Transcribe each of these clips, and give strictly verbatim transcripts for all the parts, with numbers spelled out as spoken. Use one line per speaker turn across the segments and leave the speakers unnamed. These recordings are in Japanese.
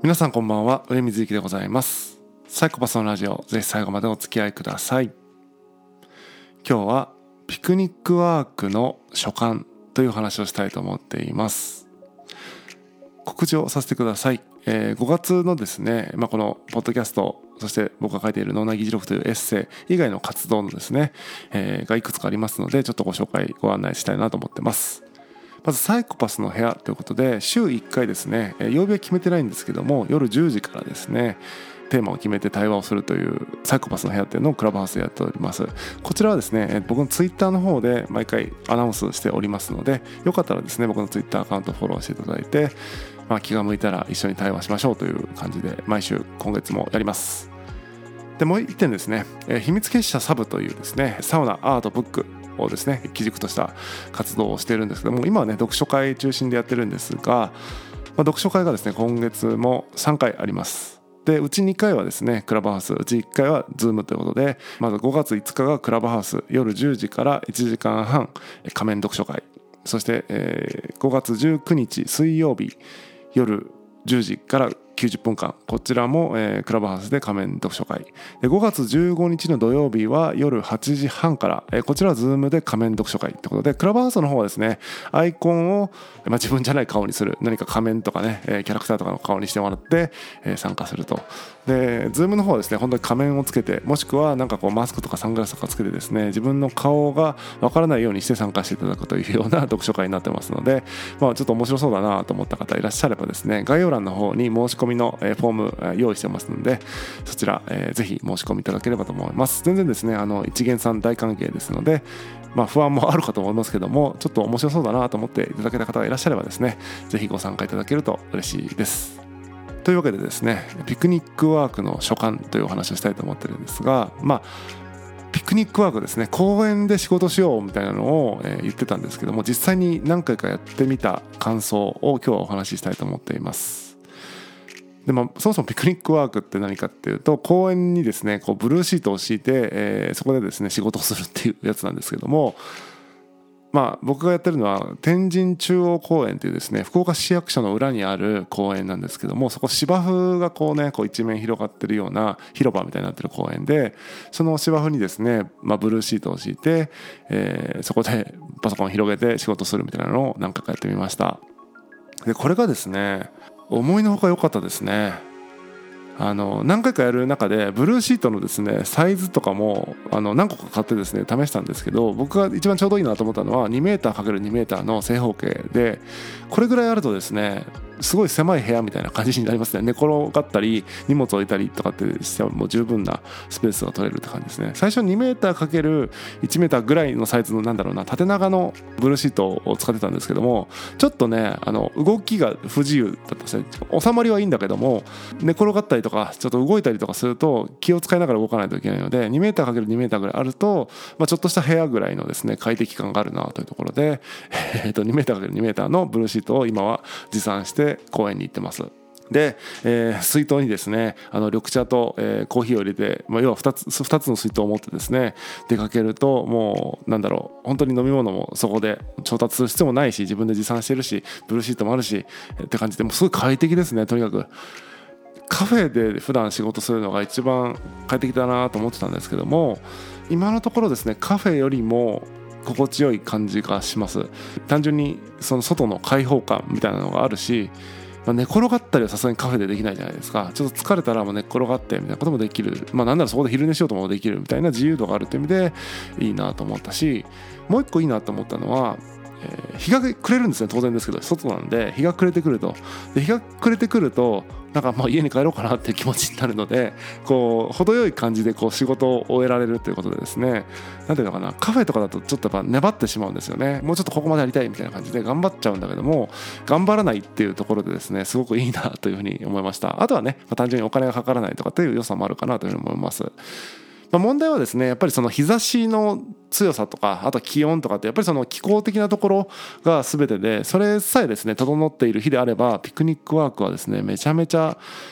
皆さんこんばんは、上水幸でございます。サイコパスのラジオ、ぜひ最後までお付き合いください。今日はピクニックワークの所感という話をしたいと思っています。告知をさせてください。えー、ごがつのですね、まあ、このポッドキャスト、そして僕が書いている脳内議事録というエッセイ以外の活動のですね、えー、がいくつかありますので、ちょっとご紹介ご案内したいなと思ってます。まずサイコパスの部屋ということで、週いっかいですね、曜日は決めてないんですけども、夜じゅうじからですね、テーマを決めて対話をするというサイコパスの部屋っていうのをクラブハウスでやっております。こちらはですね、僕のツイッターの方で毎回アナウンスしておりますので、よかったらですね、僕のツイッターアカウントをフォローしていただいて、まあ、気が向いたら一緒に対話しましょうという感じで毎週今月もやります。でもう一点ですね、秘密結社サブというですね、サウナアートブックをですね基軸とした活動をしているんですけども、今はね読書会中心でやってるんですが、まあ、読書会がですね今月もさんかいあります。でうちにかいはですねクラブハウス、うちいっかいはズームということで、まずごがついつかがクラブハウス、夜じゅうじからいちじかんはん仮面読書会、そして、えー、ごがつじゅうくにち水曜日夜じゅうじからきゅうじゅっぷんかん、こちらも、えー、クラブハウスで仮面読書会で、ごがつじゅうごにちの土曜日は夜はちじはんから、えー、こちらはズームで仮面読書会ということで、クラブハウスの方はですねアイコンを、まあ、自分じゃない顔にする、何か仮面とかね、えー、キャラクターとかの顔にしてもらって、えー、参加すると。でズームの方はですね本当に仮面をつけて、もしくはなんかこうマスクとかサングラスとかつけてですね、自分の顔がわからないようにして参加していただくというような読書会になってますので、まあ、ちょっと面白そうだなと思った方いらっしゃればですね、概要欄の方に申し込みのフォーム用意してますので、そちら、えー、ぜひ申し込みいただければと思います。全然ですねあの一元さん大歓迎ですので、まあ、不安もあるかと思いますけども、ちょっと面白そうだなと思っていただけた方がいらっしゃればですね、ぜひご参加いただけると嬉しいです。というわけでですね、ピクニックワークの所感というお話をしたいと思ってるんですが、まあピクニックワークですね、公園で仕事しようみたいなのを、えー、言ってたんですけども、実際に何回かやってみた感想を今日はお話ししたいと思っています。でまあ、そもそもピクニックワークって何かっていうと、公園にですねこうブルーシートを敷いて、えー、そこでですね仕事をするっていうやつなんですけども、まあ、僕がやってるのは天神中央公園というですね福岡市役所の裏にある公園なんですけども、そこ芝生がこうねこう一面広がってるような広場みたいになってる公園で、その芝生にですね、まあ、ブルーシートを敷いて、えー、そこでパソコンを広げて仕事するみたいなのを何回かやってみました。でこれがですね思いのほか良かったですね。あの何回かやる中でブルーシートのですねサイズとかもあの何個か買ってですね試したんですけど、僕が一番ちょうどいいなと思ったのは にメーターかけるにメーターの正方形で、これぐらいあるとですねすごい狭い部屋みたいな感じになりますね。寝転がったり荷物置いたりとかってしても十分なスペースが取れるって感じですね。最初にメーターかけるいちメーターぐらいのサイズのなんだろうな縦長のブルーシートを使ってたんですけども、ちょっとねあの動きが不自由だったですね。収まりはいいんだけども、寝転がったりとかちょっと動いたりとかすると気を使いながら動かないといけないので、にメーターかけるにメーターぐらいあると、まあ、ちょっとした部屋ぐらいのですね快適感があるなというところで、えー、とにメーターかけるにメーターのブルーシートを今は持参して公園に行ってます。で、えー、水筒にですねあの緑茶と、えー、コーヒーを入れて、まあ、要はふたつ、ふたつの水筒を持ってですね出かけると、もうなんだろう本当に飲み物もそこで調達する必要もないし、自分で持参してるしブルーシートもあるしって感じで、もうすごい快適ですね。とにかくカフェで普段仕事するのが一番快適だなと思ってたんですけども、今のところですねカフェよりも心地よい感じがします。単純にその外の開放感みたいなのがあるし、まあ、寝転がったりはさすがにカフェでできないじゃないですか。ちょっと疲れたらもう寝っ転がってみたいなこともできる、まあなんならそこで昼寝しようともできるみたいな自由度があるという意味でいいなと思ったし、もう一個いいなと思ったのは、えー、日が暮れるんですね。当然ですけど外なんで日が暮れてくると、で日が暮れてくるとなんかまあ家に帰ろうかなっていう気持ちになるので、こう程よい感じでこう仕事を終えられるということでですね、なんていうのかな、カフェとかだとちょっとやっぱ粘ってしまうんですよね。もうちょっとここまでやりたいみたいな感じで頑張っちゃうんだけども、頑張らないっていうところでですねすごくいいなというふうに思いました。あとはね、まあ、単純にお金がかからないとかという良さもあるかなというふうに思います。まあ、問題はですねやっぱりその日差しの強さとか、あとは気温とかってやっぱりその気候的なところが全てで、それさえですね整っている日であればピクニックワークはですねめちゃめちゃ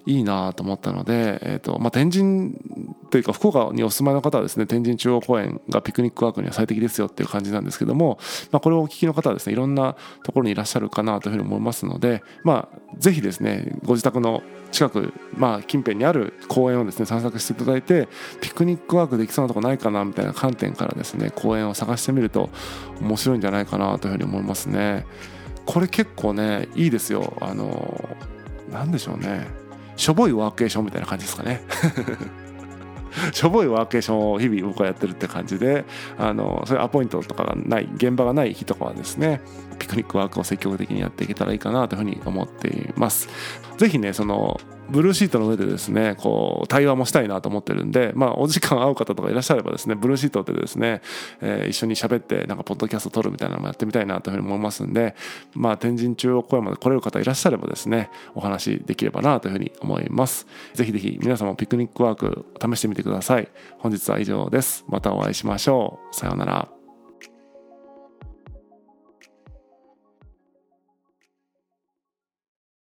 いいなと思ったので、えーとまあ、天神というか福岡にお住まいの方はですね、天神中央公園がピクニックワークには最適ですよっていう感じなんですけども、まあ、これをお聞きの方はですね、いろんなところにいらっしゃるかなというふうに思いますので、まあ、ぜひですねご自宅の近く、まあ、近辺にある公園をですね散策していただいて、ピクニックワークできそうなとこないかなみたいな観点からですね公園を探してみると面白いんじゃないかなというふうに思いますね。これ結構ねいいですよ。あのなんでしょうね、しょぼいワーケーションみたいな感じですかねしょぼいワーケーションを日々僕はやってるって感じで、あのそういうアポイントとかがない、現場がない日とかはですね、ピクニックワークを積極的にやっていけたらいいかなというふうに思っています。ぜひね、そのブルーシートの上でですねこう対話もしたいなと思ってるんで、まあお時間合う方とかいらっしゃればですね、ブルーシートでですね、えー、一緒に喋ってなんかポッドキャスト撮るみたいなのもやってみたいなというふうに思いますんで、まあ天神中央公園まで来れる方いらっしゃればですねお話できればなというふうに思います。ぜひぜひ皆さんもピクニックワーク試してみてください。本日は以上です。またお会いしましょう。さようなら。